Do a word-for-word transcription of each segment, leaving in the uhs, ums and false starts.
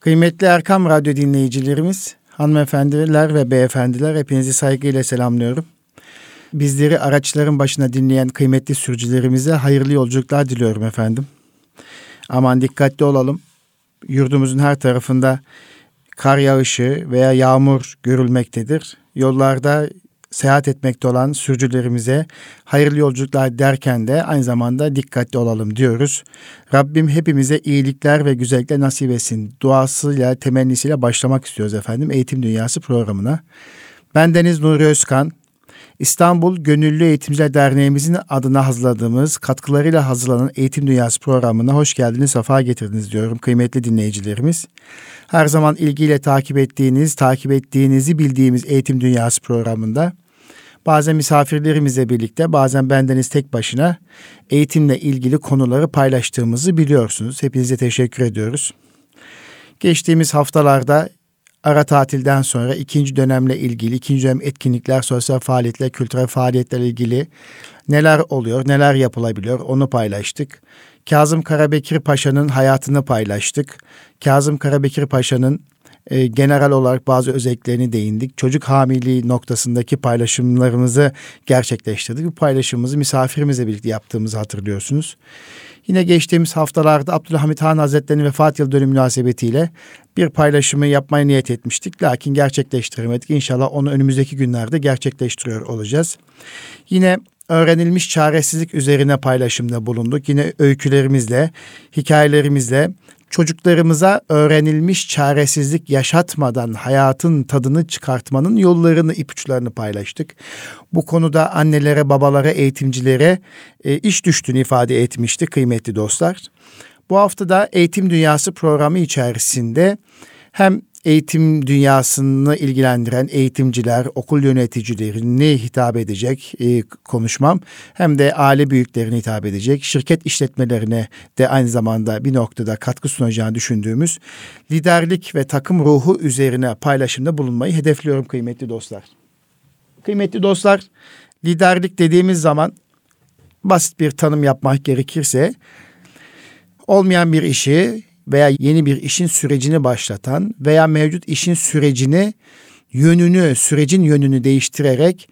Kıymetli Erkam Radyo dinleyicilerimiz, hanımefendiler ve beyefendiler, hepinizi saygıyla selamlıyorum. Bizleri araçların başına dinleyen kıymetli sürücülerimize hayırlı yolculuklar diliyorum efendim. Aman dikkatli olalım. Yurdumuzun her tarafında kar yağışı veya yağmur görülmektedir. Yollarda seyahat etmekte olan sürücülerimize hayırlı yolculuklar derken de aynı zamanda dikkatli olalım diyoruz. Rabbim hepimize iyilikler ve güzellikler nasip etsin duasıyla, temennisiyle başlamak istiyoruz efendim Eğitim Dünyası programına. Ben Deniz Nuri Özkan, İstanbul Gönüllü Eğitimciler Derneğimizin adına hazırladığımız, katkılarıyla hazırlanan Eğitim Dünyası programına hoş geldiniz, sefa getirdiniz diyorum kıymetli dinleyicilerimiz. Her zaman ilgiyle takip ettiğiniz, takip ettiğinizi bildiğimiz Eğitim Dünyası programında bazen misafirlerimizle birlikte, bazen bendeniz tek başına eğitimle ilgili konuları paylaştığımızı biliyorsunuz. Hepinize teşekkür ediyoruz. Geçtiğimiz haftalarda ara tatilden sonra ikinci dönemle ilgili, ikinci dönem etkinlikler, sosyal faaliyetler, kültürel faaliyetlerle ilgili neler oluyor, neler yapılabiliyor onu paylaştık. Kazım Karabekir Paşa'nın hayatını paylaştık. Kazım Karabekir Paşa'nın e, genel olarak bazı özelliklerini değindik. Çocuk hamileliği noktasındaki paylaşımlarımızı gerçekleştirdik. Bu paylaşımımızı misafirimizle birlikte yaptığımızı hatırlıyorsunuz. Yine geçtiğimiz haftalarda Abdülhamit Han Hazretleri'nin vefat yıl dönümü münasebetiyle bir paylaşımı yapmaya niyet etmiştik. Lakin gerçekleştiremedik. İnşallah onu önümüzdeki günlerde gerçekleştiriyor olacağız. Yine öğrenilmiş çaresizlik üzerine paylaşımda bulunduk. Yine öykülerimizle, hikayelerimizle çocuklarımıza öğrenilmiş çaresizlik yaşatmadan hayatın tadını çıkartmanın yollarını, ipuçlarını paylaştık. Bu konuda annelere, babalara, eğitimcilere e, iş düştüğünü ifade etmişti kıymetli dostlar. Bu hafta da Eğitim Dünyası programı içerisinde hem eğitim dünyasını ilgilendiren eğitimciler, okul yöneticilerine hitap edecek e, konuşmam, hem de aile büyüklerine hitap edecek, şirket işletmelerine de aynı zamanda bir noktada katkı sunacağını düşündüğümüz liderlik ve takım ruhu üzerine paylaşımda bulunmayı hedefliyorum kıymetli dostlar. Kıymetli dostlar, liderlik dediğimiz zaman basit bir tanım yapmak gerekirse, olmayan bir işi veya yeni bir işin sürecini başlatan veya mevcut işin sürecini, yönünü, sürecin yönünü değiştirerek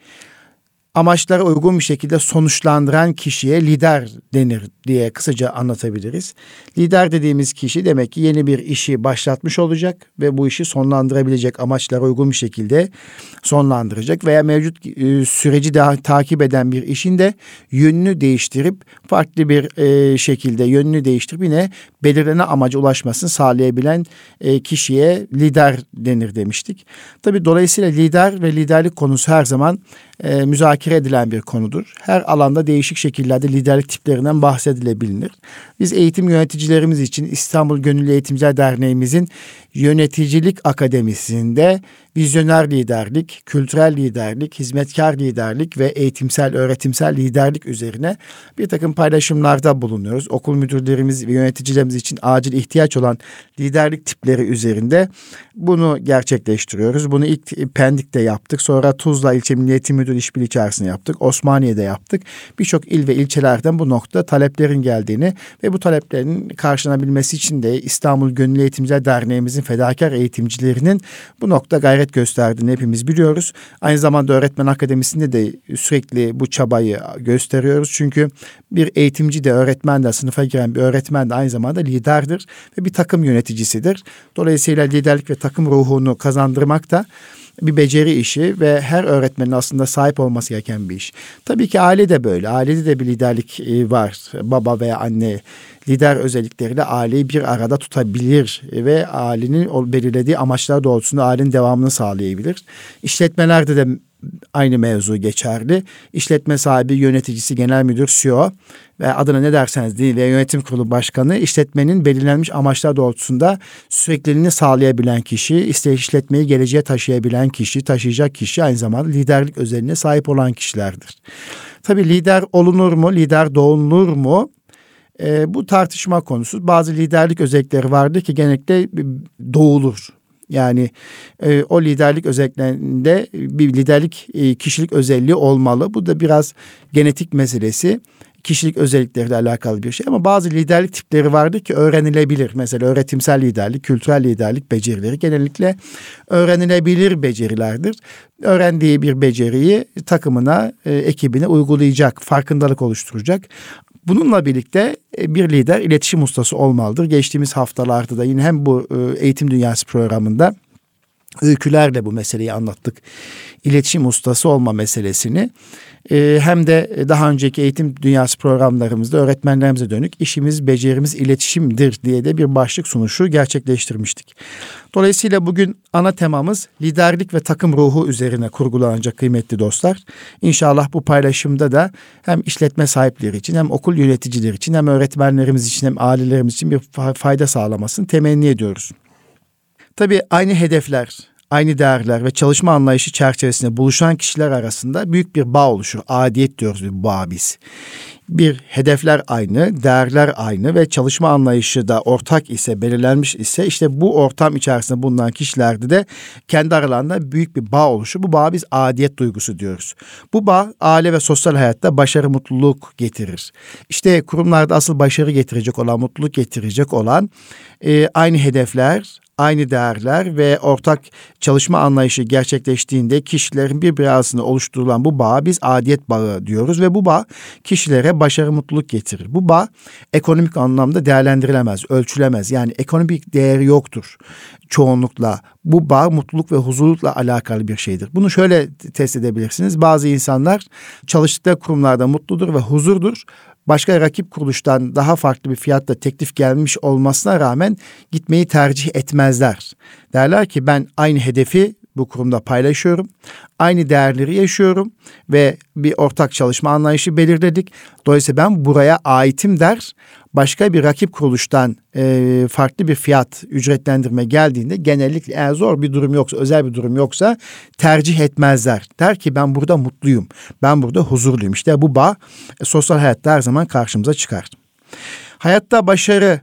amaçlara uygun bir şekilde sonuçlandıran kişiye lider denir diye kısaca anlatabiliriz. Lider dediğimiz kişi demek ki yeni bir işi başlatmış olacak ve bu işi sonlandırabilecek, amaçlara uygun bir şekilde sonlandıracak veya mevcut e, süreci daha takip eden bir işin de yönünü değiştirip farklı bir e, şekilde yönünü değiştirip yine belirlenen amaca ulaşmasını sağlayabilen e, kişiye lider denir demiştik. Tabii dolayısıyla lider ve liderlik konusu her zaman e, müzakere edilen bir konudur. Her alanda değişik şekillerde liderlik tiplerinden bahsedilebilir. Biz eğitim yöneticilerimiz için İstanbul Gönüllü Eğitimciler Derneğimizin Yöneticilik Akademisi'nde vizyoner liderlik, kültürel liderlik, hizmetkar liderlik ve eğitimsel, öğretimsel liderlik üzerine bir takım paylaşımlarda bulunuyoruz. Okul müdürlerimiz ve yöneticilerimiz için acil ihtiyaç olan liderlik tipleri üzerinde bunu gerçekleştiriyoruz. Bunu ilk Pendik'te yaptık. Sonra Tuzla İlçe Milli Eğitim Müdürlüğü işbirliği içerisinde yaptık. Osmaniye'de yaptık. Birçok il ve ilçelerden bu noktada taleplerin geldiğini ve bu taleplerin karşılanabilmesi için de İstanbul Gönüllü Eğitimciler Derneğimizin fedakar eğitimcilerinin bu nokta gayret gösterdiğini hepimiz biliyoruz. Aynı zamanda Öğretmen Akademisi'nde de sürekli bu çabayı gösteriyoruz. Çünkü bir eğitimci de, öğretmen de, sınıfa giren bir öğretmen de aynı zamanda liderdir ve bir takım yöneticisidir. Dolayısıyla liderlik ve takım ruhunu kazandırmak da bir beceri işi ve her öğretmenin aslında sahip olması gereken bir iş. Tabii ki aile de böyle. Ailede de bir liderlik var. Baba veya anne lider özellikleriyle aileyi bir arada tutabilir ve ailenin belirlediği amaçlar doğrultusunda ailenin devamını sağlayabilir. İşletmelerde de aynı mevzu geçerli. İşletme sahibi, yöneticisi, genel müdür, C E O ve adına ne derseniz deyin ve yönetim kurulu başkanı işletmenin belirlenmiş amaçlar doğrultusunda sürekliliğini sağlayabilen kişi, işte işletmeyi geleceğe taşıyabilen kişi, taşıyacak kişi aynı zamanda liderlik özelliğine sahip olan kişilerdir. Tabii lider olunur mu, lider doğulur mu? E, bu tartışma konusu. Bazı liderlik özellikleri vardır ki genellikle doğulur. Yani e, o liderlik özelliklerinde bir liderlik e, kişilik özelliği olmalı. Bu da biraz genetik meselesi. kişilik özellikleriyle alakalı bir şey. Ama bazı liderlik tipleri vardır ki öğrenilebilir. Mesela öğretimsel liderlik, kültürel liderlik becerileri genellikle öğrenilebilir becerilerdir. Öğrendiği bir beceriyi takımına, e, ekibine uygulayacak, farkındalık oluşturacak. Bununla birlikte bir lider iletişim ustası olmalıdır. Geçtiğimiz haftalarda da yine hem bu Eğitim Dünyası programında öykülerle bu meseleyi anlattık. İletişim ustası olma meselesini. Hem de daha önceki Eğitim Dünyası programlarımızda öğretmenlerimize dönük işimiz, becerimiz iletişimdir diye de bir başlık sunuşu gerçekleştirmiştik. Dolayısıyla bugün ana temamız liderlik ve takım ruhu üzerine kurgulanacak kıymetli dostlar. İnşallah bu paylaşımda da hem işletme sahipleri için hem okul yöneticileri için hem öğretmenlerimiz için hem ailelerimiz için bir fayda sağlamasını temenni ediyoruz. Tabii aynı hedefler, aynı değerler ve çalışma anlayışı çerçevesinde buluşan kişiler arasında büyük bir bağ oluşur. Aidiyet diyoruz bu bağ biz. Bir hedefler aynı, değerler aynı ve çalışma anlayışı da ortak ise, belirlenmiş ise işte bu ortam içerisinde bulunan kişilerde de kendi aralarında büyük bir bağ oluşur. Bu bağ biz aidiyet duygusu diyoruz. Bu bağ aile ve sosyal hayatta başarı, mutluluk getirir. İşte kurumlarda asıl başarı getirecek olan, mutluluk getirecek olan e, aynı hedefler, aynı değerler ve ortak çalışma anlayışı gerçekleştiğinde kişilerin birbiri arasında oluşturulan bu bağa biz aidiyet bağı diyoruz ve bu bağ kişilere başarı, mutluluk getirir. Bu bağ ekonomik anlamda değerlendirilemez, ölçülemez. Yani ekonomik değeri yoktur çoğunlukla. Bu bağ mutluluk ve huzurlukla alakalı bir şeydir. Bunu şöyle test edebilirsiniz. Bazı insanlar çalıştıkları kurumlarda mutludur ve huzurdur. Başka rakip kuruluştan daha farklı bir fiyatla teklif gelmiş olmasına rağmen gitmeyi tercih etmezler. Derler ki ben aynı hedefi bu kurumda paylaşıyorum. Aynı değerleri yaşıyorum ve bir ortak çalışma anlayışı belirledik. Dolayısıyla ben buraya aitim der. Başka bir rakip kuruluştan e, farklı bir fiyat, ücretlendirme geldiğinde genellikle eğer zor bir durum yoksa, özel bir durum yoksa tercih etmezler. Der ki ben burada mutluyum, ben burada huzurluyum. İşte bu bağ e, sosyal hayatta her zaman karşımıza çıkar. Hayatta başarı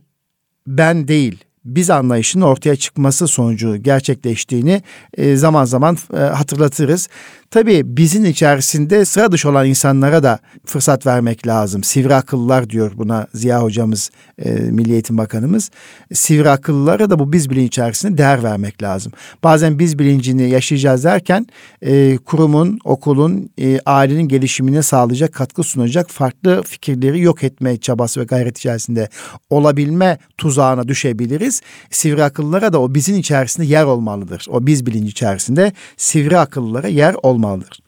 ben değil, biz anlayışının ortaya çıkması sonucu gerçekleştiğini e, zaman zaman e, hatırlatırız. Tabii bizin içerisinde sıra dışı olan insanlara da fırsat vermek lazım. Sivri akıllılar diyor buna Ziya hocamız, e, Milli Eğitim Bakanımız. Sivri akıllılara da bu biz bilinci içerisinde değer vermek lazım. Bazen biz bilincini yaşayacağız derken e, kurumun, okulun, e, ailenin gelişimine sağlayacak, katkı sunacak farklı fikirleri yok etme çabası ve gayret içerisinde olabilme tuzağına düşebiliriz. Sivri akıllılara da o bizin içerisinde yer olmalıdır. O biz bilinci içerisinde sivri akıllılara yer olmalıdır.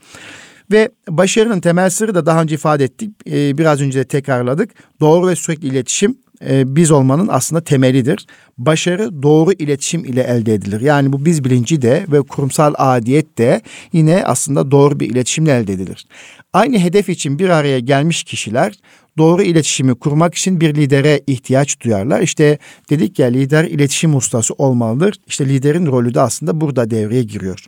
Ve başarının temel sırrı da daha önce ifade ettik. Ee, biraz önce de tekrarladık. Doğru ve sürekli iletişim e, biz olmanın aslında temelidir. Başarı doğru iletişim ile elde edilir. Yani bu biz bilinci de ve kurumsal aidiyet de yine aslında doğru bir iletişimle elde edilir. Aynı hedef için bir araya gelmiş kişiler doğru iletişimi kurmak için bir lidere ihtiyaç duyarlar. İşte dedik ya lider iletişim ustası olmalıdır. İşte liderin rolü de aslında burada devreye giriyor.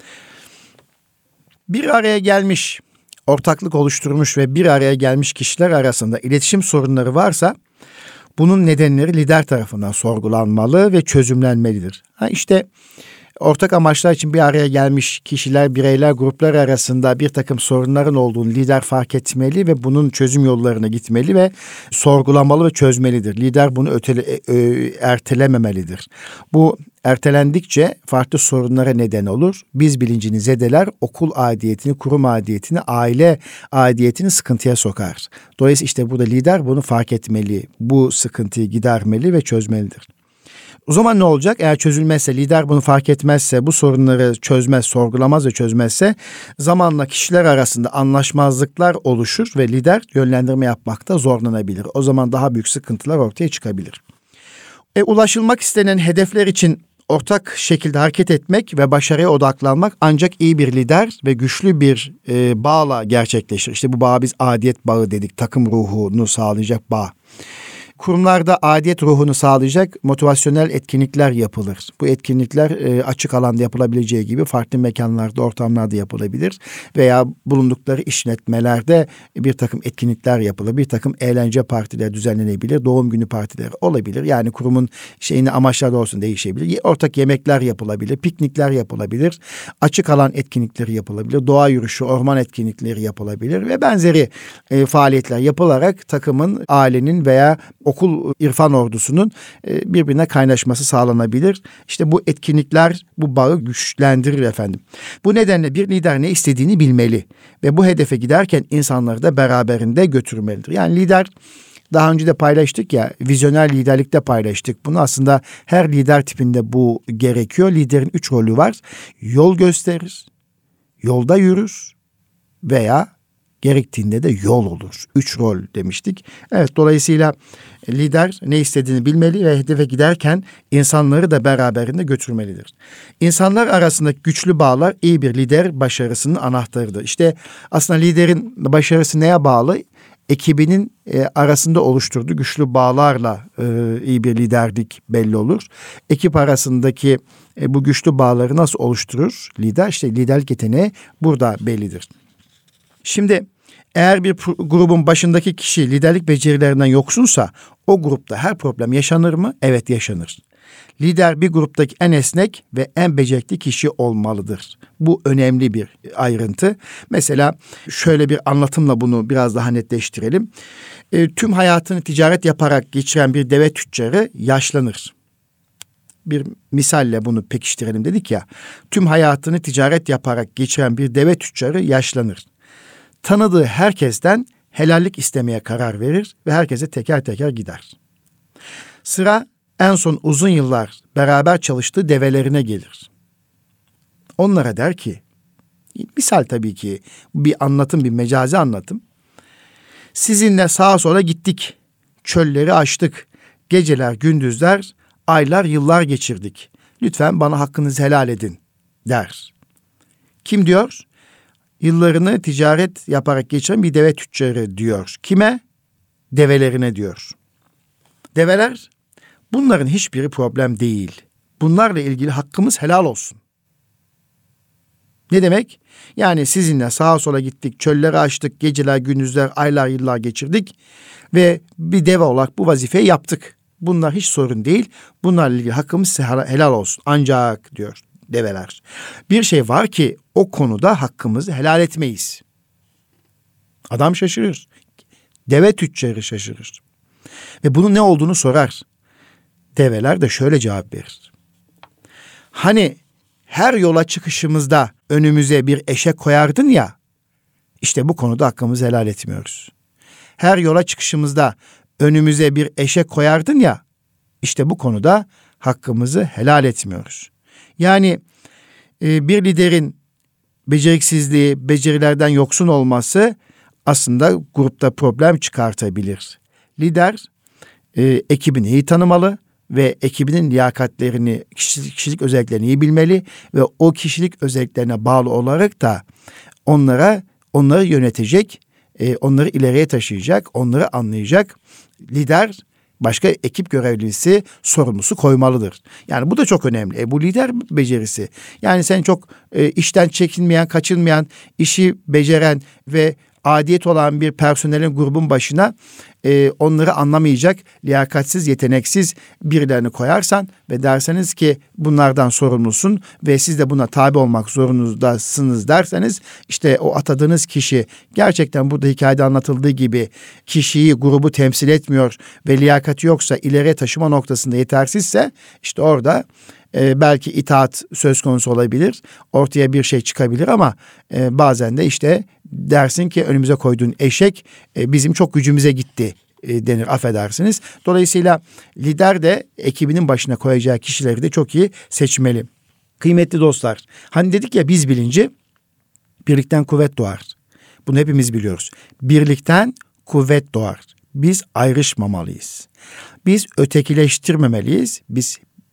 Bir araya gelmiş, ortaklık oluşturmuş ve bir araya gelmiş kişiler arasında iletişim sorunları varsa bunun nedenleri lider tarafından sorgulanmalı ve çözümlenmelidir. Ha işte ortak amaçlar için bir araya gelmiş kişiler, bireyler, gruplar arasında bir takım sorunların olduğunu lider fark etmeli ve bunun çözüm yollarına gitmeli ve sorgulamalı ve çözmelidir. Lider bunu ötele, e, ertelememelidir. Bu ertelendikçe farklı sorunlara neden olur. Biz bilincini zedeler, okul aidiyetini, kurum aidiyetini, aile aidiyetini sıkıntıya sokar. Dolayısıyla işte burada lider bunu fark etmeli, bu sıkıntıyı gidermeli ve çözmelidir. O zaman ne olacak? Eğer çözülmezse, lider bunu fark etmezse, bu sorunları çözmez, sorgulamaz ve çözmezse zamanla kişiler arasında anlaşmazlıklar oluşur ve lider yönlendirme yapmakta zorlanabilir. O zaman daha büyük sıkıntılar ortaya çıkabilir. E, ulaşılmak istenen hedefler için ortak şekilde hareket etmek ve başarıya odaklanmak ancak iyi bir lider ve güçlü bir e, bağla gerçekleşir. İşte bu bağ biz aidiyet bağı dedik, takım ruhunu sağlayacak bağ. Kurumlarda aidiyet ruhunu sağlayacak motivasyonel etkinlikler yapılır. Bu etkinlikler e, açık alanda yapılabileceği gibi farklı mekanlarda, ortamlarda yapılabilir. Veya bulundukları işletmelerde bir takım etkinlikler yapılır. Bir takım eğlence partileri düzenlenebilir. Doğum günü partileri olabilir. Yani kurumun şeyini amaçları olsun değişebilir. Ortak yemekler yapılabilir. Piknikler yapılabilir. Açık alan etkinlikleri yapılabilir. Doğa yürüyüşü, orman etkinlikleri yapılabilir ve benzeri e, faaliyetler yapılarak takımın, ailenin veya okul irfan ordusunun e, birbirine kaynaşması sağlanabilir. İşte bu etkinlikler bu bağı güçlendirir efendim. Bu nedenle bir lider ne istediğini bilmeli ve bu hedefe giderken insanları da beraberinde götürmelidir. Yani lider, daha önce de paylaştık ya, vizyoner liderlikte paylaştık. Bunu aslında her lider tipinde bu gerekiyor. Liderin üç rolü var. Yol gösterir, yolda yürür veya gerektiğinde de yol olur. Üç rol demiştik. Evet, dolayısıyla lider ne istediğini bilmeli ve hedefe giderken insanları da beraberinde götürmelidir. İnsanlar arasındaki güçlü bağlar iyi bir lider başarısının anahtarıdır. İşte aslında liderin başarısı neye bağlı? Ekibinin e, arasında oluşturduğu güçlü bağlarla e, iyi bir liderlik belli olur. Ekip arasındaki e, bu güçlü bağları nasıl oluşturur lider? İşte liderlik yeteneği burada bellidir. Şimdi eğer bir grubun başındaki kişi liderlik becerilerinden yoksunsa o grupta her problem yaşanır mı? Evet, yaşanır. Lider bir gruptaki en esnek ve en becerikli kişi olmalıdır. Bu önemli bir ayrıntı. Mesela şöyle bir anlatımla bunu biraz daha netleştirelim. E, tüm hayatını ticaret yaparak geçiren bir deve tüccarı yaşlanır. Bir misalle bunu pekiştirelim dedik ya. Tüm hayatını ticaret yaparak geçiren bir deve tüccarı yaşlanır. Tanıdığı herkesten helallik istemeye karar verir ve herkese teker teker gider. Sıra en son uzun yıllar beraber çalıştığı develerine gelir. Onlara der ki, misal tabii ki bir anlatım, bir mecazi anlatım. Sizinle sağa sola gittik, çölleri aştık, geceler, gündüzler, aylar, yıllar geçirdik. Lütfen bana hakkınızı helal edin der. Kim diyor? Yıllarını ticaret yaparak geçiren bir deve tüccarı diyor. Kime? Develerine diyor. Develer, bunların hiçbiri problem değil. Bunlarla ilgili hakkımız helal olsun. Ne demek? Yani sizinle sağa sola gittik, çölleri aştık, geceler, gündüzler, aylar, yıllar geçirdik ve bir deve olarak bu vazifeyi yaptık. Bunlar hiç sorun değil. Bunlarla ilgili hakkımız helal olsun. Ancak diyor develer, bir şey var ki o konuda hakkımızı helal etmeyiz. Adam şaşırır. Deve tüccarı şaşırır. Ve bunun ne olduğunu sorar. Develer de şöyle cevap verir. Hani her yola çıkışımızda önümüze bir eşek koyardın ya, işte bu konuda hakkımızı helal etmiyoruz. Her yola çıkışımızda önümüze bir eşek koyardın ya, işte bu konuda hakkımızı helal etmiyoruz. Yani e, bir liderin beceriksizliği, becerilerden yoksun olması aslında grupta problem çıkartabilir. Lider e, ekibini iyi tanımalı ve ekibinin liyakatlerini, kişilik, kişilik özelliklerini iyi bilmeli ve o kişilik özelliklerine bağlı olarak da onlara onları yönetecek, e, onları ileriye taşıyacak, onları anlayacak lider, başka ekip görevlisi, sorumlusu koymalıdır. Yani bu da çok önemli. E, bu lider becerisi. Yani sen çok e, işten çekinmeyen, kaçınmayan, işi beceren ve adiyet olan bir personelin grubun başına e, onları anlamayacak, liyakatsiz, yeteneksiz birilerini koyarsan ve derseniz ki bunlardan sorumlusun ve siz de buna tabi olmak zorundasınız derseniz, işte o atadığınız kişi gerçekten burada hikayede anlatıldığı gibi kişiyi, grubu temsil etmiyor ve liyakati yoksa, ileriye taşıma noktasında yetersizse, işte orada e, belki itaat söz konusu olabilir, ortaya bir şey çıkabilir ama e, bazen de işte dersin ki önümüze koyduğun eşek e, bizim çok gücümüze gitti e, denir, affedersiniz. Dolayısıyla lider de ekibinin başına koyacağı kişileri de çok iyi seçmeli. Kıymetli dostlar, hani dedik ya, biz bilinci birlikten kuvvet doğar. Bunu hepimiz biliyoruz. Birlikten kuvvet doğar. Biz ayrışmamalıyız. Biz ötekileştirmemeliyiz. Biz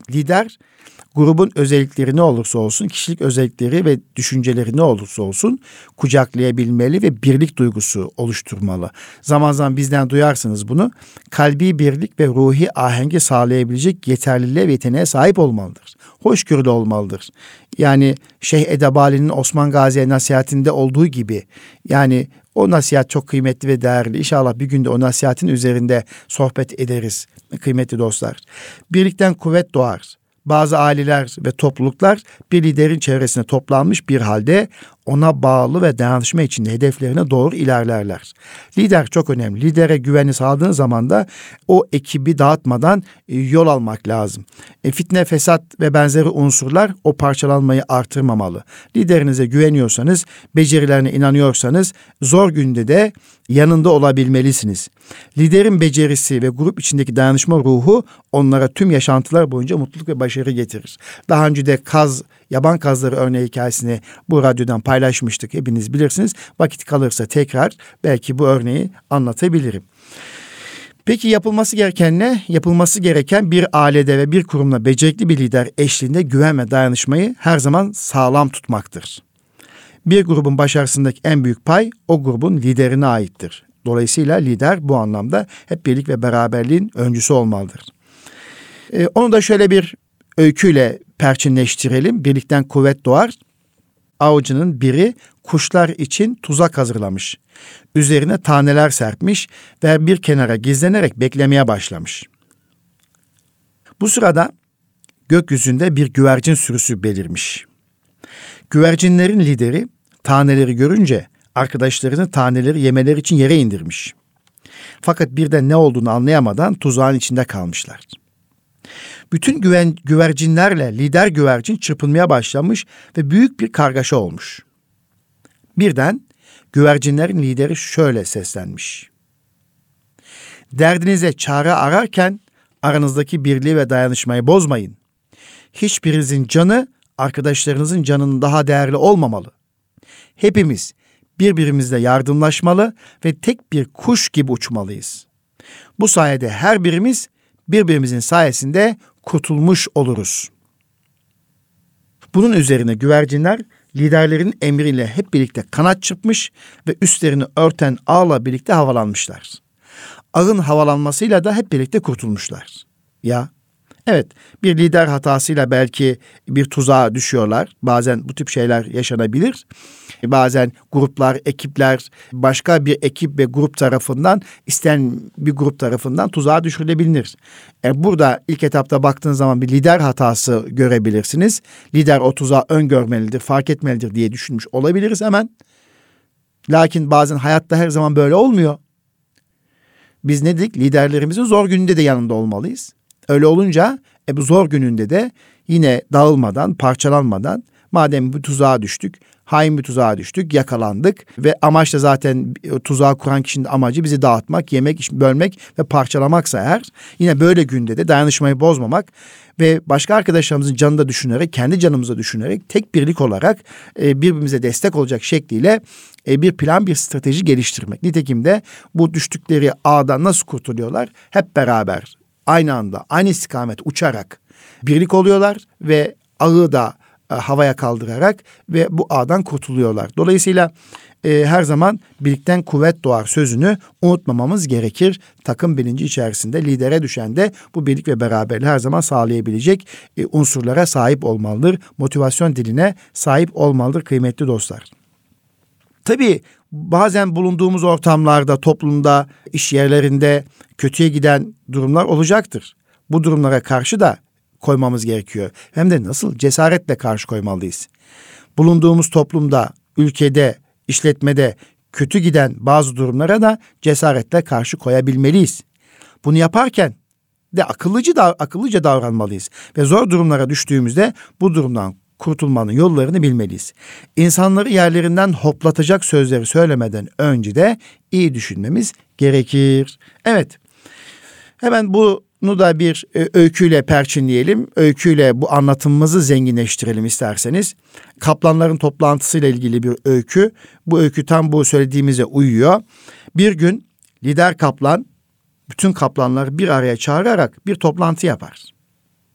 Lider grubun özellikleri ne olursa olsun, kişilik özellikleri ve düşünceleri ne olursa olsun kucaklayabilmeli ve birlik duygusu oluşturmalı. Zaman zaman bizden duyarsınız bunu. Kalbi birlik ve ruhi ahengi sağlayabilecek yeterliliğe ve yeteneğe sahip olmalıdır. Hoşgörülü olmalıdır. Yani Şeyh Edebali'nin Osman Gazi'ye nasihatinde olduğu gibi, yani o nasihat çok kıymetli ve değerli. İnşallah bir günde o nasihatin üzerinde sohbet ederiz kıymetli dostlar. Birlikten kuvvet doğar. Bazı aileler ve topluluklar bir liderin çevresine toplanmış bir halde ona bağlı ve dayanışma içinde hedeflerine doğru ilerlerler. Lider çok önemli. Lidere güveni sağladığın zaman da o ekibi dağıtmadan e, yol almak lazım. E, fitne, fesat ve benzeri unsurlar o parçalanmayı artırmamalı. Liderinize güveniyorsanız, becerilerine inanıyorsanız zor günde de yanında olabilmelisiniz. Liderin becerisi ve grup içindeki dayanışma ruhu onlara tüm yaşantılar boyunca mutluluk ve başarı getirir. Daha önce de kaz, yaban kazları örneği hikayesini bu radyodan paylaşmıştık. Hepiniz bilirsiniz. Vakit kalırsa tekrar belki bu örneği anlatabilirim. Peki yapılması gereken ne? Yapılması gereken bir ailede ve bir kurumda becerikli bir lider eşliğinde güven ve dayanışmayı her zaman sağlam tutmaktır. Bir grubun başarısındaki en büyük pay o grubun liderine aittir. Dolayısıyla lider bu anlamda hep birlik ve beraberliğin öncüsü olmalıdır. Ee, onu da şöyle bir öyküyle perçinleştirelim. Birlikten kuvvet doğar. Avcının biri kuşlar için tuzak hazırlamış. Üzerine taneler serpmiş ve bir kenara gizlenerek beklemeye başlamış. Bu sırada gökyüzünde bir güvercin sürüsü belirmiş. Güvercinlerin lideri taneleri görünce arkadaşlarını taneleri yemeleri için yere indirmiş. Fakat birden ne olduğunu anlayamadan tuzağın içinde kalmışlar. Bütün güven, güvercinlerle lider güvercin çırpınmaya başlamış ve büyük bir kargaşa olmuş. Birden güvercinlerin lideri şöyle seslenmiş. Derdinize çare ararken aranızdaki birliği ve dayanışmayı bozmayın. Hiçbirinizin canı arkadaşlarınızın canının daha değerli olmamalı. Hepimiz birbirimizle yardımlaşmalı ve tek bir kuş gibi uçmalıyız. Bu sayede her birimiz birbirimizin sayesinde kurtulmuş oluruz. Bunun üzerine güvercinler liderlerin emriyle hep birlikte kanat çırpmış ve üstlerini örten ağla birlikte havalanmışlar. Ağın havalanmasıyla da hep birlikte kurtulmuşlar. Ya, evet, bir lider hatasıyla belki bir tuzağa düşüyorlar. Bazen bu tip şeyler yaşanabilir. Bazen gruplar, ekipler, başka bir ekip ve grup tarafından, isteyen bir grup tarafından tuzağa düşürülebilir. E burada ilk etapta baktığınız zaman bir lider hatası görebilirsiniz. Lider o tuzağı öngörmelidir, fark etmelidir diye düşünmüş olabiliriz hemen. Lakin bazen hayatta her zaman böyle olmuyor. Biz ne dedik? Liderlerimizin zor gününde de yanında olmalıyız. Öyle olunca e bu zor gününde de yine dağılmadan, parçalanmadan, madem bu tuzağa düştük, hain bir tuzağa düştük, yakalandık ve amaç da zaten tuzağı kuran kişinin amacı bizi dağıtmak, yemek, bölmek ve parçalamaksa eğer, yine böyle günde de dayanışmayı bozmamak ve başka arkadaşlarımızın canını da düşünerek, kendi canımızı düşünerek tek birlik olarak e, birbirimize destek olacak şekliyle e, bir plan, bir strateji geliştirmek. Nitekim de bu düştükleri ağdan nasıl kurtuluyorlar? Hep beraber, aynı anda, aynı istikamet uçarak birlik oluyorlar ve ağı da e, havaya kaldırarak ve bu ağdan kurtuluyorlar. Dolayısıyla e, her zaman birlikten kuvvet doğar sözünü unutmamamız gerekir. Takım bilinci içerisinde lidere düşen de bu birlik ve beraberliği her zaman sağlayabilecek e, unsurlara sahip olmalıdır. Motivasyon diline sahip olmalıdır kıymetli dostlar. Tabii bazen bulunduğumuz ortamlarda, toplumda, iş yerlerinde kötüye giden durumlar olacaktır. Bu durumlara karşı da koymamız gerekiyor. Hem de nasıl? Cesaretle karşı koymalıyız. Bulunduğumuz toplumda, ülkede, işletmede kötü giden bazı durumlara da cesaretle karşı koyabilmeliyiz. Bunu yaparken de akıllıca, da, akıllıca davranmalıyız. Ve zor durumlara düştüğümüzde bu durumdan kurtulmanın yollarını bilmeliyiz. İnsanları yerlerinden hoplatacak sözleri söylemeden önce de iyi düşünmemiz gerekir. Evet, hemen bunu da bir e, öyküyle perçinleyelim. Öyküyle bu anlatımımızı zenginleştirelim isterseniz. Kaplanların toplantısıyla ilgili bir öykü. Bu öykü tam bu söylediğimize uyuyor. Bir gün lider kaplan bütün kaplanları bir araya çağırarak bir toplantı yapar.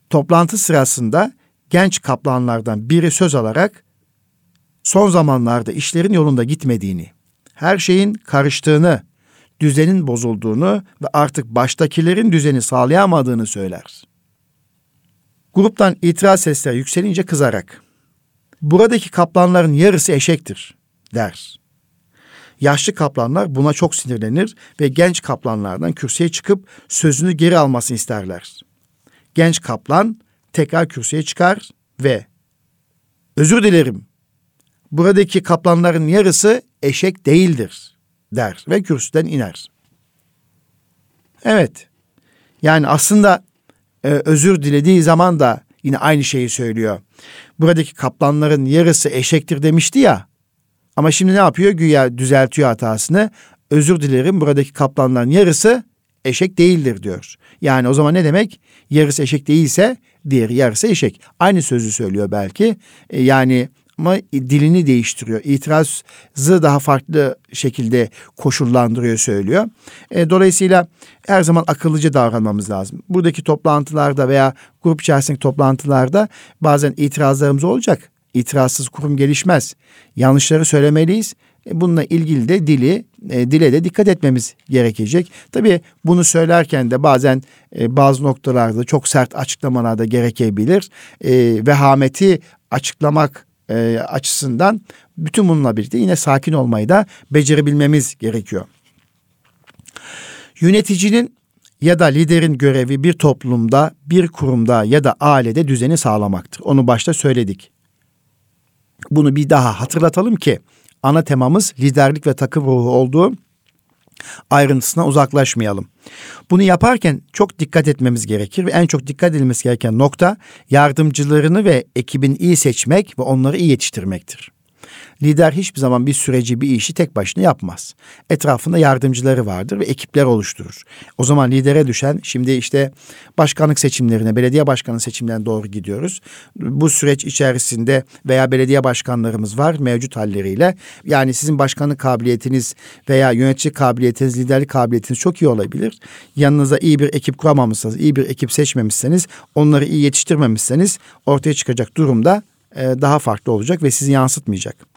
Toplantı sırasında genç kaplanlardan biri söz alarak son zamanlarda işlerin yolunda gitmediğini, her şeyin karıştığını, düzenin bozulduğunu ve artık baştakilerin düzeni sağlayamadığını söyler. Gruptan itiraz sesleri yükselince kızarak, "Buradaki kaplanların yarısı eşektir," der. Yaşlı kaplanlar buna çok sinirlenir ve genç kaplanlardan kürsüye çıkıp sözünü geri almasını isterler. Genç kaplan tekrar kürsüye çıkar ve "Özür dilerim, buradaki kaplanların yarısı eşek değildir," der ve kürsüden iner. Evet, yani aslında e, özür dilediği zaman da yine aynı şeyi söylüyor. Buradaki kaplanların yarısı eşektir demişti ya, ama şimdi ne yapıyor? Güya düzeltiyor hatasını. Özür dilerim, buradaki kaplanların yarısı eşek değildir diyor. Yani o zaman ne demek? Yarısı eşek değilse diğeri yarısı eşek. Aynı sözü söylüyor belki. E, yani ama dilini değiştiriyor. İtirazı daha farklı şekilde koşullandırıyor, söylüyor. E, dolayısıyla her zaman akıllıca davranmamız lazım. Buradaki toplantılarda veya grup içerisindeki toplantılarda bazen itirazlarımız olacak. İtirazsız kurum gelişmez. Yanlışları söylemeliyiz. E, bununla ilgili de dili, e, dile de dikkat etmemiz gerekecek. Tabii bunu söylerken de bazen e, bazı noktalarda çok sert açıklamalar da gerekebilir. E, vehameti açıklamak e, açısından bütün bununla birlikte yine sakin olmayı da becerebilmemiz gerekiyor. Yöneticinin ya da liderin görevi bir toplumda, bir kurumda ya da ailede düzeni sağlamaktır. Onu başta söyledik. Bunu bir daha hatırlatalım ki ana temamız liderlik ve takım ruhu olduğu ayrıntısına uzaklaşmayalım. Bunu yaparken çok dikkat etmemiz gerekir ve en çok dikkat edilmesi gereken nokta yardımcılarını ve ekibini iyi seçmek ve onları iyi yetiştirmektir. Lider hiçbir zaman bir süreci, bir işi tek başına yapmaz. Etrafında yardımcıları vardır ve ekipler oluşturur. O zaman lidere düşen, şimdi işte başkanlık seçimlerine, belediye başkanı seçimlerine doğru gidiyoruz. Bu süreç içerisinde veya belediye başkanlarımız var mevcut halleriyle. Yani sizin başkanlık kabiliyetiniz veya yönetici kabiliyetiniz, liderlik kabiliyetiniz çok iyi olabilir. Yanınıza iyi bir ekip kuramamışsınız, iyi bir ekip seçmemişseniz, onları iyi yetiştirmemişseniz ortaya çıkacak durumda daha farklı olacak ve sizi yansıtmayacak.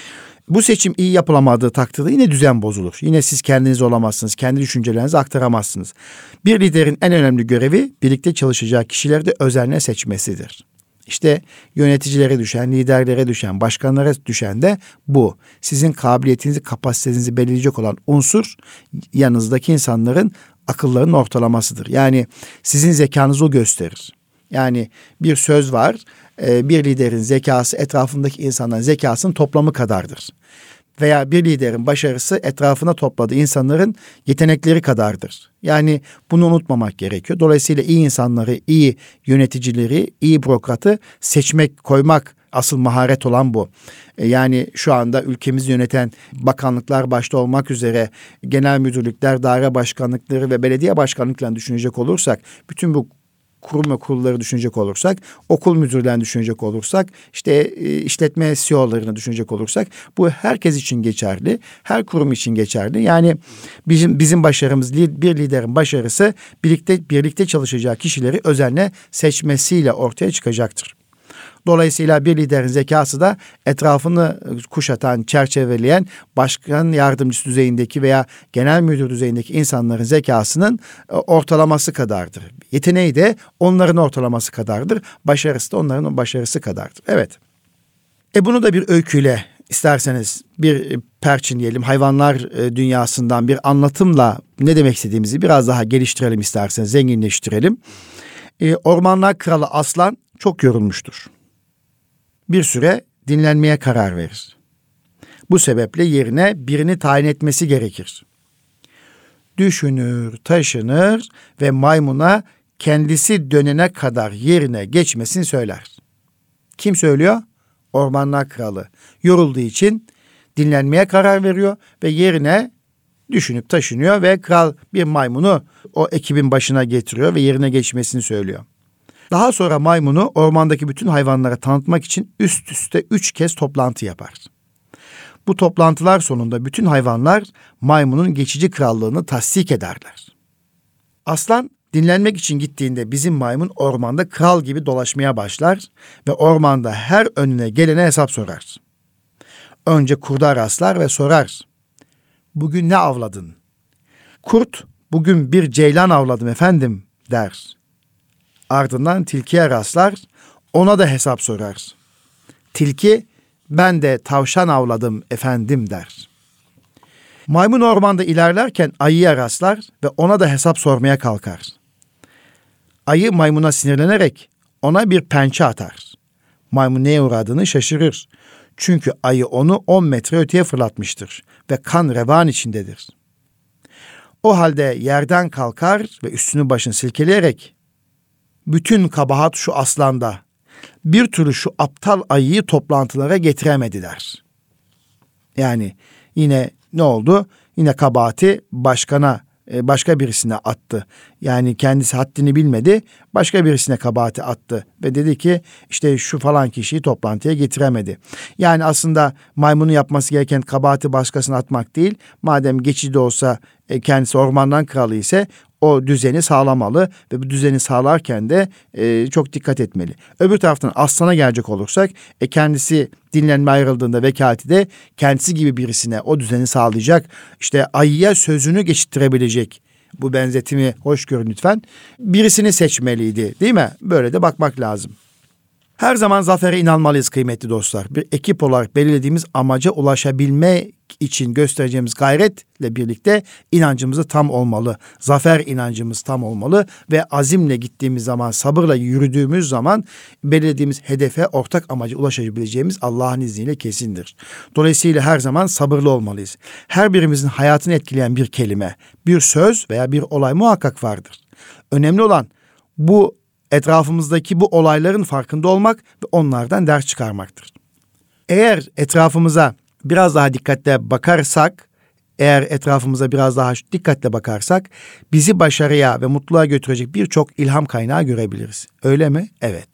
Bu seçim iyi yapılamadığı takdirde yine düzen bozulur. Yine siz kendiniz olamazsınız, kendi düşüncelerinizi aktaramazsınız. Bir liderin en önemli görevi birlikte çalışacağı kişileri de özenle seçmesidir. İşte yöneticilere düşen, liderlere düşen, başkanlara düşen de bu. Sizin kabiliyetinizi, kapasitenizi belirleyecek olan unsur yanınızdaki insanların akıllarının ortalamasıdır. Yani sizin zekanızı o gösterir. Yani bir söz var, bir liderin zekası etrafındaki insanların zekasının toplamı kadardır. Veya bir liderin başarısı etrafına topladığı insanların yetenekleri kadardır. Yani bunu unutmamak gerekiyor. Dolayısıyla iyi insanları, iyi yöneticileri, iyi bürokratı seçmek, koymak asıl maharet olan bu. Yani şu anda ülkemizi yöneten bakanlıklar başta olmak üzere genel müdürlükler, daire başkanlıkları ve belediye başkanlıklarını düşünecek olursak, bütün bu kurum ve kurulları düşünecek olursak, okul müdürlerini düşünecek olursak, işte e, işletme C E O'larını düşünecek olursak, bu herkes için geçerli, her kurum için geçerli. Yani bizim bizim başarımız, bir liderin başarısı birlikte birlikte çalışacağı kişileri özenle seçmesiyle ortaya çıkacaktır. Dolayısıyla bir liderin zekası da etrafını kuşatan, çerçeveleyen başkan yardımcısı düzeyindeki veya genel müdür düzeyindeki insanların zekasının ortalaması kadardır. Yeteneği de onların ortalaması kadardır. Başarısı da onların başarısı kadardır. Evet. E bunu da bir öyküyle, isterseniz bir perçinleyelim. Hayvanlar dünyasından bir anlatımla ne demek istediğimizi biraz daha geliştirelim isterseniz, zenginleştirelim. E, Ormanlar Kralı Aslan çok yorulmuştur. Bir süre dinlenmeye karar verir. Bu sebeple yerine birini tayin etmesi gerekir. Düşünür, taşınır ve maymuna kendisi dönene kadar yerine geçmesini söyler. Kim söylüyor? Ormanlar Kralı. Yorulduğu için dinlenmeye karar veriyor ve yerine düşünüp taşınıyor ve kral bir maymunu o ekibin başına getiriyor ve yerine geçmesini söylüyor. Daha sonra maymunu ormandaki bütün hayvanlara tanıtmak için üst üste üç kez toplantı yapar. Bu toplantılar sonunda bütün hayvanlar maymunun geçici krallığını tasdik ederler. Aslan dinlenmek için gittiğinde bizim maymun ormanda kral gibi dolaşmaya başlar ve ormanda her önüne gelene hesap sorar. Önce kurda rastlar ve sorar. Bugün ne avladın? Kurt, bugün bir ceylan avladım efendim der. Ardından tilkiye rastlar, ona da hesap sorar. Tilki, ben de tavşan avladım efendim der. Maymun ormanda ilerlerken ayıya rastlar ve ona da hesap sormaya kalkar. Ayı maymuna sinirlenerek ona bir pençe atar. Maymun neye uğradığını şaşırır. Çünkü ayı onu on metre öteye fırlatmıştır ve kan revan içindedir. O halde yerden kalkar ve üstünü başını silkeleyerek, bütün kabahat şu aslanda, bir türlü şu aptal ayıyı toplantılara getiremediler. Yani yine ne oldu? Yine kabahati başkana, başka birisine attı. Yani kendisi haddini bilmedi, başka birisine kabahati attı. Ve dedi ki işte şu falan kişiyi toplantıya getiremedi. Yani aslında maymunun yapması gereken kabahati başkasına atmak değil. Madem geçici olsa kendisi ormandan kralı ise o düzeni sağlamalı ve bu düzeni sağlarken de e, çok dikkat etmeli. Öbür taraftan aslana gelecek olursak e, kendisi dinlenme ayrıldığında vekaleti de kendisi gibi birisine o düzeni sağlayacak. İşte ayıya sözünü geçittirebilecek, bu benzetimi hoş görün lütfen, birisini seçmeliydi, değil mi? Böyle de bakmak lazım. Her zaman zafere inanmalıyız kıymetli dostlar. Bir ekip olarak belirlediğimiz amaca ulaşabilmek için göstereceğimiz gayretle birlikte inancımız tam olmalı. Zafer inancımız tam olmalı ve azimle gittiğimiz zaman, sabırla yürüdüğümüz zaman belirlediğimiz hedefe, ortak amaca ulaşabileceğimiz Allah'ın izniyle kesindir. Dolayısıyla her zaman sabırlı olmalıyız. Her birimizin hayatını etkileyen bir kelime, bir söz veya bir olay muhakkak vardır. Önemli olan bu etrafımızdaki bu olayların farkında olmak ve onlardan ders çıkarmaktır. Eğer etrafımıza biraz daha dikkatle bakarsak, eğer etrafımıza biraz daha dikkatle bakarsak, bizi başarıya ve mutluluğa götürecek birçok ilham kaynağı görebiliriz. Öyle mi? Evet.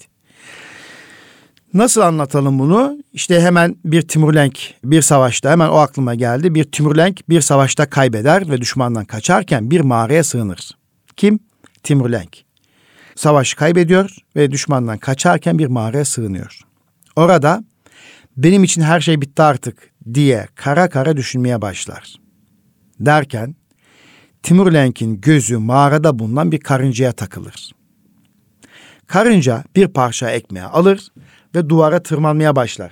Nasıl anlatalım bunu? İşte hemen bir Timurlenk bir savaşta, hemen o aklıma geldi. Bir Timurlenk bir savaşta kaybeder ve düşmandan kaçarken bir mağaraya sığınır. Kim? Timurlenk. Savaşı kaybediyor ve düşmandan kaçarken bir mağaraya sığınıyor. Orada benim için her şey bitti artık diye kara kara düşünmeye başlar. Derken Timurlenk'in gözü mağarada bulunan bir karıncaya takılır. Karınca bir parça ekmeği alır ve duvara tırmanmaya başlar.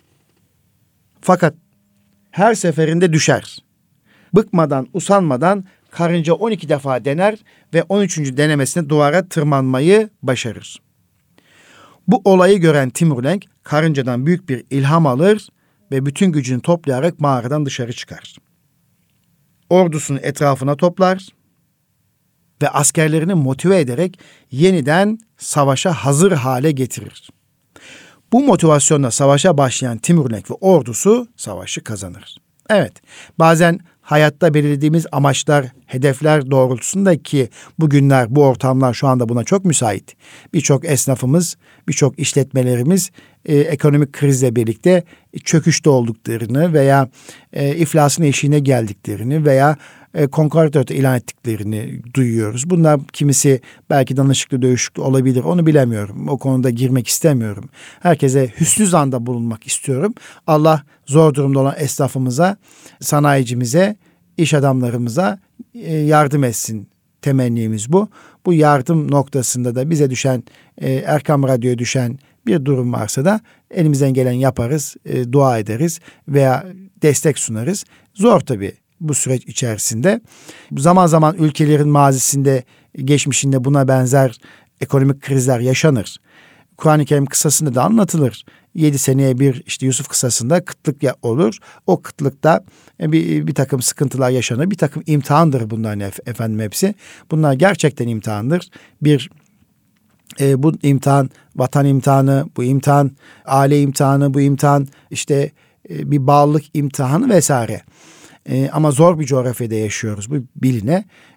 Fakat her seferinde düşer. Bıkmadan, usanmadan karınca on iki defa dener ve on üçüncü denemesinde duvara tırmanmayı başarır. Bu olayı gören Timurlenk karıncadan büyük bir ilham alır ve bütün gücünü toplayarak mağaradan dışarı çıkar. Ordusunu etrafına toplar ve askerlerini motive ederek yeniden savaşa hazır hale getirir. Bu motivasyonla savaşa başlayan Timurlenk ve ordusu savaşı kazanır. Evet, bazen hayatta belirlediğimiz amaçlar, hedefler doğrultusunda ki bugünler, bu ortamlar şu anda buna çok müsait. Birçok esnafımız, birçok işletmelerimiz e, ekonomik krizle birlikte çöküşte olduklarını veya e, iflasın eşiğine geldiklerini veya e, konkordato ilan ettiklerini duyuyoruz. Bunlar kimisi belki danışıklı dövüşüklü olabilir, onu bilemiyorum. O konuda girmek istemiyorum. Herkese hüsnü zanda bulunmak istiyorum. Allah zor durumda olan esnafımıza, sanayicimize, iş adamlarımıza e, yardım etsin. Temennimiz bu. Bu yardım noktasında da bize düşen, e, Erkam Radyo'ya düşen bir durum varsa da elimizden gelen yaparız, e, dua ederiz veya destek sunarız. Zor tabii bu süreç içerisinde. Zaman zaman ülkelerin mazisinde, geçmişinde buna benzer ekonomik krizler yaşanır. Kur'an-ı Kerim kıssasında da anlatılır. Yedi seneye bir işte Yusuf kıssasında kıtlık olur. O kıtlıkta bir, bir takım sıkıntılar yaşanır. Bir takım imtihandır bunların efendim hepsi. Bunlar gerçekten imtihandır. Bir e, bu imtihan vatan imtihanı, bu imtihan aile imtihanı, bu imtihan işte e, bir bağlılık imtihanı vesaire. E, ama zor bir coğrafyada yaşıyoruz, bu biline.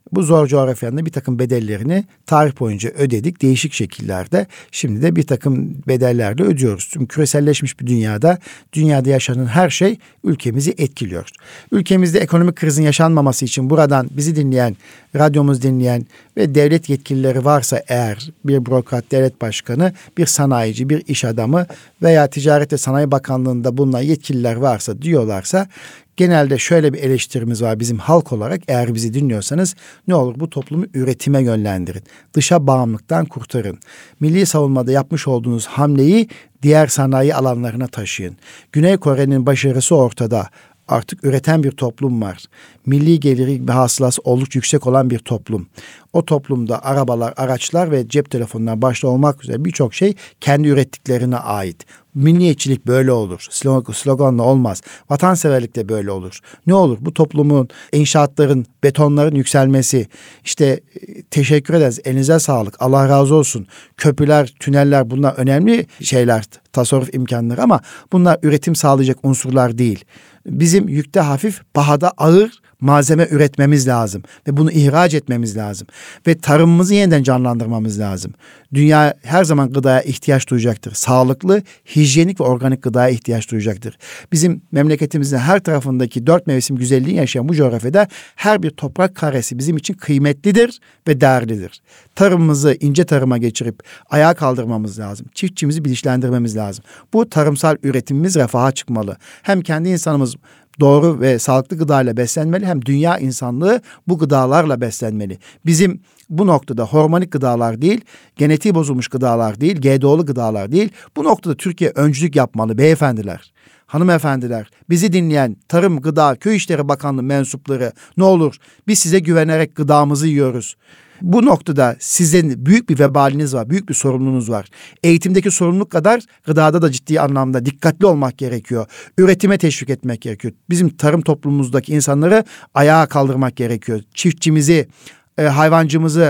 Bu zor coğrafyanın da bir takım bedellerini tarih boyunca ödedik değişik şekillerde. Şimdi de bir takım bedellerle ödüyoruz. Tüm küreselleşmiş bir dünyada, dünyada yaşanan her şey ülkemizi etkiliyor. Ülkemizde ekonomik krizin yaşanmaması için buradan bizi dinleyen, radyomuz dinleyen ve devlet yetkilileri varsa eğer, bir bürokrat, devlet başkanı, bir sanayici, bir iş adamı veya Ticaret ve Sanayi Bakanlığı'nda bulunan yetkililer varsa, diyorlarsa, genelde şöyle bir eleştirimiz var bizim halk olarak. Eğer bizi dinliyorsanız ne olur bu toplumu üretime yönlendirin. Dışa bağımlılıktan kurtarın. Milli savunmada yapmış olduğunuz hamleyi diğer sanayi alanlarına taşıyın. Güney Kore'nin başarısı ortada. Artık üreten bir toplum var. Milli geliri ve hasılası oldukça yüksek olan bir toplum. O toplumda arabalar, araçlar ve cep telefonları başta olmak üzere birçok şey kendi ürettiklerine ait. Milliyetçilik böyle olur. Slog- sloganla olmaz. Vatanseverlik de böyle olur. Ne olur? Bu toplumun, inşaatların, betonların yükselmesi. İşte teşekkür ederiz. Elinize sağlık. Allah razı olsun. Köprüler, tüneller, bunlar önemli şeyler. Tasarruf imkanları, ama bunlar üretim sağlayacak unsurlar değil. Bizim yükte hafif, pahada ağır malzeme üretmemiz lazım ve bunu ihraç etmemiz lazım ve tarımımızı yeniden canlandırmamız lazım. Dünya her zaman gıdaya ihtiyaç duyacaktır. Sağlıklı, hijyenik ve organik gıdaya ihtiyaç duyacaktır. Bizim memleketimizin her tarafındaki dört mevsim güzelliğini yaşayan bu coğrafyada her bir toprak karesi bizim için kıymetlidir ve değerlidir. Tarımımızı ince tarıma geçirip ayağa kaldırmamız lazım. Çiftçimizi bilinçlendirmemiz lazım. Bu tarımsal üretimimiz refaha çıkmalı. Hem kendi insanımız doğru ve sağlıklı gıdayla beslenmeli, hem dünya insanlığı bu gıdalarla beslenmeli. Bizim bu noktada hormonik gıdalar değil, genetiği bozulmuş gıdalar değil, G D O'lu gıdalar değil. Bu noktada Türkiye öncülük yapmalı beyefendiler, hanımefendiler, bizi dinleyen Tarım, Gıda, Köy İşleri Bakanlığı mensupları, ne olur biz size güvenerek gıdamızı yiyoruz. Bu noktada sizin büyük bir vebaliniz var, büyük bir sorumluluğunuz var. Eğitimdeki sorumluluk kadar gıdada da ciddi anlamda dikkatli olmak gerekiyor. Üretime teşvik etmek gerekiyor. Bizim tarım toplumumuzdaki insanları ayağa kaldırmak gerekiyor. Çiftçimizi, e, hayvancımızı,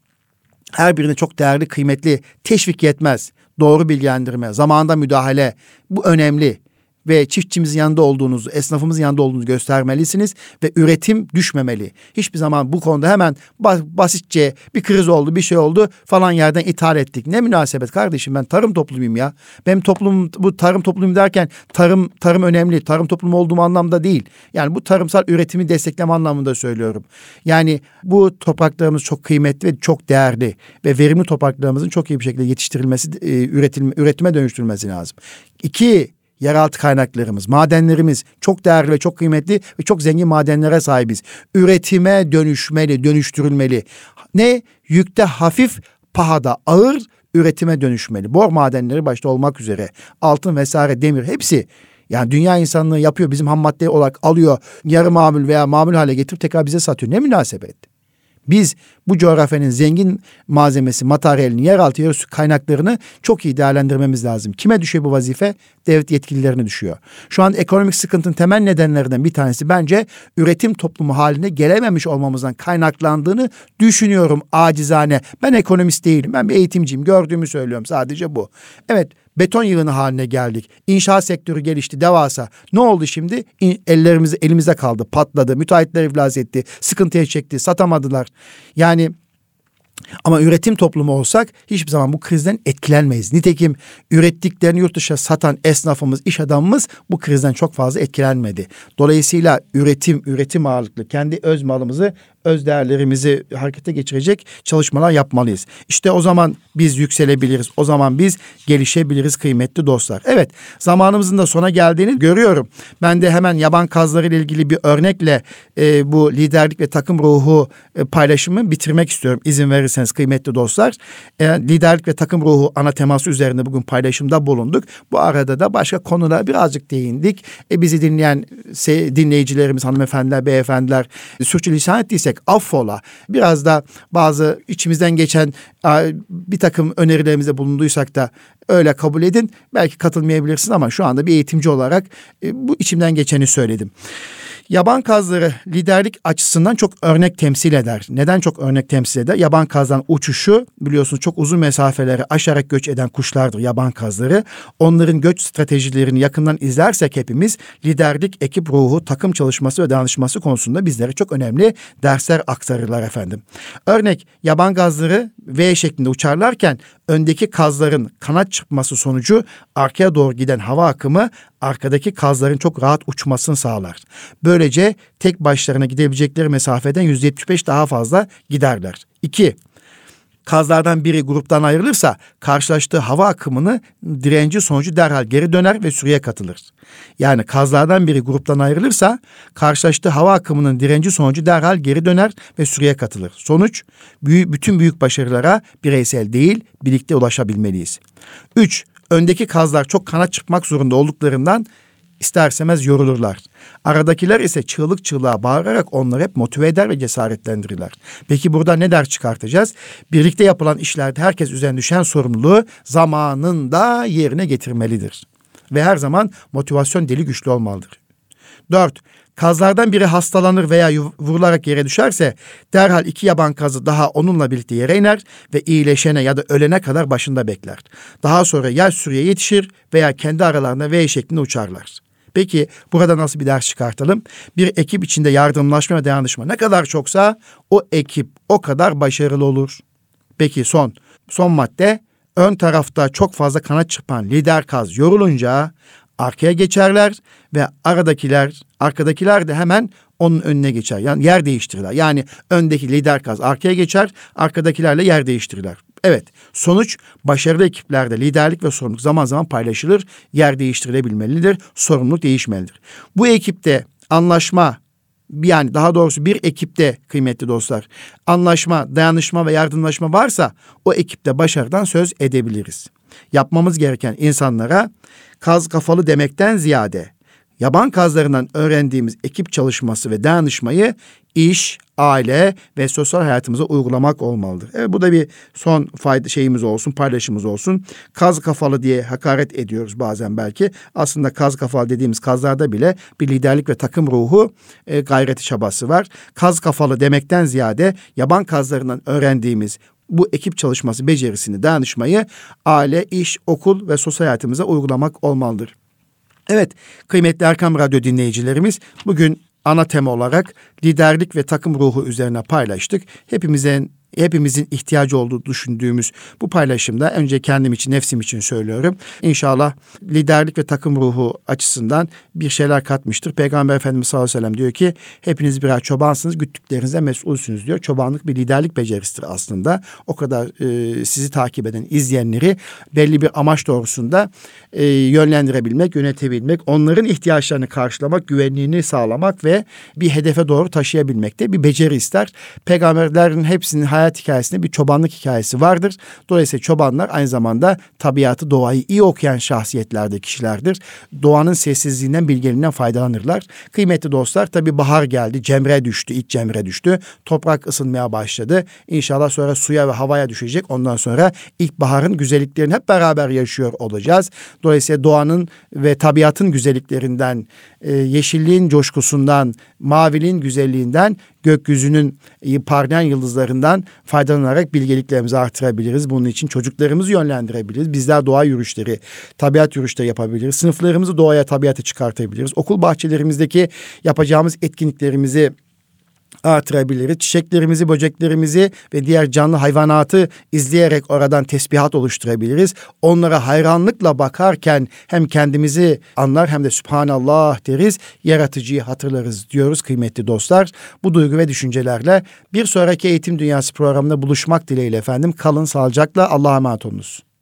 her birine çok değerli, kıymetli, teşvik yetmez. Doğru bilgilendirme, zamanında müdahale, bu önemli. Ve çiftçimizin yanında olduğunuzu, esnafımızın yanında olduğunuzu göstermelisiniz ve üretim düşmemeli. Hiçbir zaman bu konuda hemen basitçe bir kriz oldu, bir şey oldu falan yerden ithal ettik. Ne münasebet kardeşim, ben tarım toplumuyum ya. Benim toplumum, bu tarım toplumum derken tarım tarım önemli, tarım toplumu olduğum anlamda değil. Yani bu tarımsal üretimi destekleme anlamında söylüyorum. Yani bu topraklarımız çok kıymetli ve çok değerli ve verimli topraklarımızın çok iyi bir şekilde yetiştirilmesi, üretilme, üretime dönüştürülmesi lazım. İki, yeraltı kaynaklarımız, madenlerimiz çok değerli ve çok kıymetli ve çok zengin madenlere sahibiz. Üretime dönüşmeli, dönüştürülmeli. Ne? Yükte hafif, pahada ağır, üretime dönüşmeli. Bor madenleri başta olmak üzere, altın vesaire, demir, hepsi. Yani dünya insanlığı yapıyor, bizim ham madde olarak alıyor, yarı mamul veya mamul hale getirip tekrar bize satıyor. Ne münasebet? Biz bu coğrafyanın zengin malzemesi, materyalini, yeraltı yerüstü kaynaklarını çok iyi değerlendirmemiz lazım. Kime düşüyor bu vazife? Devlet yetkililerine düşüyor. Şu an ekonomik sıkıntının temel nedenlerinden bir tanesi bence üretim toplumu haline gelememiş olmamızdan kaynaklandığını düşünüyorum acizane. Ben ekonomist değilim, ben bir eğitimciyim, gördüğümü söylüyorum, sadece bu. Evet, beton yığını haline geldik. İnşaat sektörü gelişti, devasa. Ne oldu şimdi? Ellerimiz elimizde kaldı, patladı. Müteahhitler iflas etti, sıkıntıya çekti, satamadılar. Yani ama üretim toplumu olsak hiçbir zaman bu krizden etkilenmeyiz. Nitekim ürettiklerini yurt dışına satan esnafımız, iş adamımız bu krizden çok fazla etkilenmedi. Dolayısıyla üretim, üretim ağırlıklı kendi öz malımızı, öz değerlerimizi harekete geçirecek çalışmalar yapmalıyız. İşte o zaman biz yükselebiliriz. O zaman biz gelişebiliriz kıymetli dostlar. Evet, zamanımızın da sona geldiğini görüyorum. Ben de hemen yaban kazları ile ilgili bir örnekle e, bu liderlik ve takım ruhu e, paylaşımı bitirmek istiyorum. İzin verirseniz kıymetli dostlar. E, liderlik ve takım ruhu ana teması üzerinde bugün paylaşımda bulunduk. Bu arada da başka konulara birazcık değindik. E, bizi dinleyen se- dinleyicilerimiz, hanımefendiler, beyefendiler, sürçülisan ettiysek affola. Biraz da bazı içimizden geçen bir takım önerilerimizde bulunduysak da öyle kabul edin. Belki katılmayabilirsiniz ama şu anda bir eğitimci olarak bu içimden geçeni söyledim. Yaban kazları liderlik açısından çok örnek temsil eder. Neden çok örnek temsil eder? Yaban kazların uçuşu biliyorsunuz çok uzun mesafeleri aşarak göç eden kuşlardır yaban kazları. Onların göç stratejilerini yakından izlersek hepimiz liderlik, ekip ruhu, takım çalışması ve dayanışması konusunda bizlere çok önemli dersler aktarırlar efendim. Örnek yaban kazları V şeklinde uçarlarken öndeki kazların kanat çırpması sonucu arkaya doğru giden hava akımı arkadaki kazların çok rahat uçmasını sağlar. Böylece tek başlarına gidebilecekleri mesafeden yüzde yetmiş beş daha fazla giderler. İki, kazlardan biri gruptan ayrılırsa karşılaştığı hava akımını direnci sonucu derhal geri döner ve sürüye katılır. Yani kazlardan biri gruptan ayrılırsa karşılaştığı hava akımının direnci sonucu derhal geri döner ve sürüye katılır. Sonuç, büyük, bütün büyük başarılara bireysel değil birlikte ulaşabilmeliyiz. Üç, öndeki kazlar çok kanat çırpmak zorunda olduklarından İstersemez yorulurlar. Aradakiler ise çığlık çığlığa bağırarak onları hep motive eder ve cesaretlendirirler. Peki burada ne ders çıkartacağız? Birlikte yapılan işlerde herkes üzerine düşen sorumluluğu zamanında yerine getirmelidir. Ve her zaman motivasyon deli güçlü olmalıdır. Dört, kazlardan biri hastalanır veya vurularak yere düşerse derhal iki yaban kazı daha onunla birlikte yere iner ve iyileşene ya da ölene kadar başında bekler. Daha sonra ya sürüye yetişir veya kendi aralarında V şeklinde uçarlar. Peki burada nasıl bir ders çıkartalım? Bir ekip içinde yardımlaşma ve dayanışma ne kadar çoksa o ekip o kadar başarılı olur. Peki son, son madde, ön tarafta çok fazla kanat çırpan lider kaz yorulunca arkaya geçerler ve aradakiler, arkadakiler de hemen onun önüne geçer. Yani yer değiştirirler. Yani öndeki lider kaz arkaya geçer, arkadakilerle yer değiştirirler. Evet, sonuç başarılı ekiplerde liderlik ve sorumluluk zaman zaman paylaşılır, yer değiştirilebilmelidir, sorumluluk değişmelidir. Bu ekipte anlaşma, yani daha doğrusu bir ekipte kıymetli dostlar, anlaşma, dayanışma ve yardımlaşma varsa o ekipte başarıdan söz edebiliriz. Yapmamız gereken insanlara kaz kafalı demekten ziyade yaban kazlarından öğrendiğimiz ekip çalışması ve dayanışmayı iş, aile ve sosyal hayatımıza uygulamak olmalıdır. Evet, bu da bir son fayda şeyimiz olsun, paylaşımımız olsun. Kaz kafalı diye hakaret ediyoruz bazen belki. Aslında kaz kafalı dediğimiz kazlarda bile bir liderlik ve takım ruhu, e, gayreti, çabası var. Kaz kafalı demekten ziyade yaban kazlarından öğrendiğimiz bu ekip çalışması becerisini, dayanışmayı aile, iş, okul ve sosyal hayatımıza uygulamak olmalıdır. Evet, kıymetli Erkam Radyo dinleyicilerimiz, bugün ana tema olarak liderlik ve takım ruhu üzerine paylaştık. Hepimizin hepimizin ihtiyacı olduğu düşündüğümüz bu paylaşımda önce kendim için, nefsim için söylüyorum. İnşallah liderlik ve takım ruhu açısından bir şeyler katmıştır. Peygamber Efendimiz sallallahu aleyhi ve sellem diyor ki hepiniz birer çobansınız, güttüklerinize mesulsünüz diyor. Çobanlık bir liderlik becerisidir aslında. O kadar e, sizi takip eden izleyenleri belli bir amaç doğrusunda e, yönlendirebilmek, yönetebilmek, onların ihtiyaçlarını karşılamak, güvenliğini sağlamak ve bir hedefe doğru taşıyabilmek de bir beceri ister. Peygamberlerin hepsinin hayat hikayesinde bir çobanlık hikayesi vardır. Dolayısıyla çobanlar aynı zamanda tabiatı, doğayı iyi okuyan şahsiyetlerde kişilerdir. Doğanın sessizliğinden, bilgeliğinden faydalanırlar. Kıymetli dostlar, tabii bahar geldi, cemre düştü, ilk cemre düştü. Toprak ısınmaya başladı. İnşallah sonra suya ve havaya düşecek. Ondan sonra ilkbaharın güzelliklerini hep beraber yaşıyor olacağız. Dolayısıyla doğanın ve tabiatın güzelliklerinden, e, yeşilliğin coşkusundan, maviliğin güzelliğinden, gökyüzünün parlayan yıldızlarından faydalanarak bilgeliklerimizi artırabiliriz. Bunun için çocuklarımızı yönlendirebiliriz. Bizler doğa yürüyüşleri, tabiat yürüyüşleri yapabiliriz. Sınıflarımızı doğaya, tabiata çıkartabiliriz. Okul bahçelerimizdeki yapacağımız etkinliklerimizi artırabiliriz. Çiçeklerimizi, böceklerimizi ve diğer canlı hayvanatı izleyerek oradan tesbihat oluşturabiliriz. Onlara hayranlıkla bakarken hem kendimizi anlar hem de Sübhanallah deriz, yaratıcıyı hatırlarız diyoruz kıymetli dostlar. Bu duygu ve düşüncelerle bir sonraki Eğitim Dünyası programında buluşmak dileğiyle efendim. Kalın sağlıcakla, Allah'a emanet olunuz.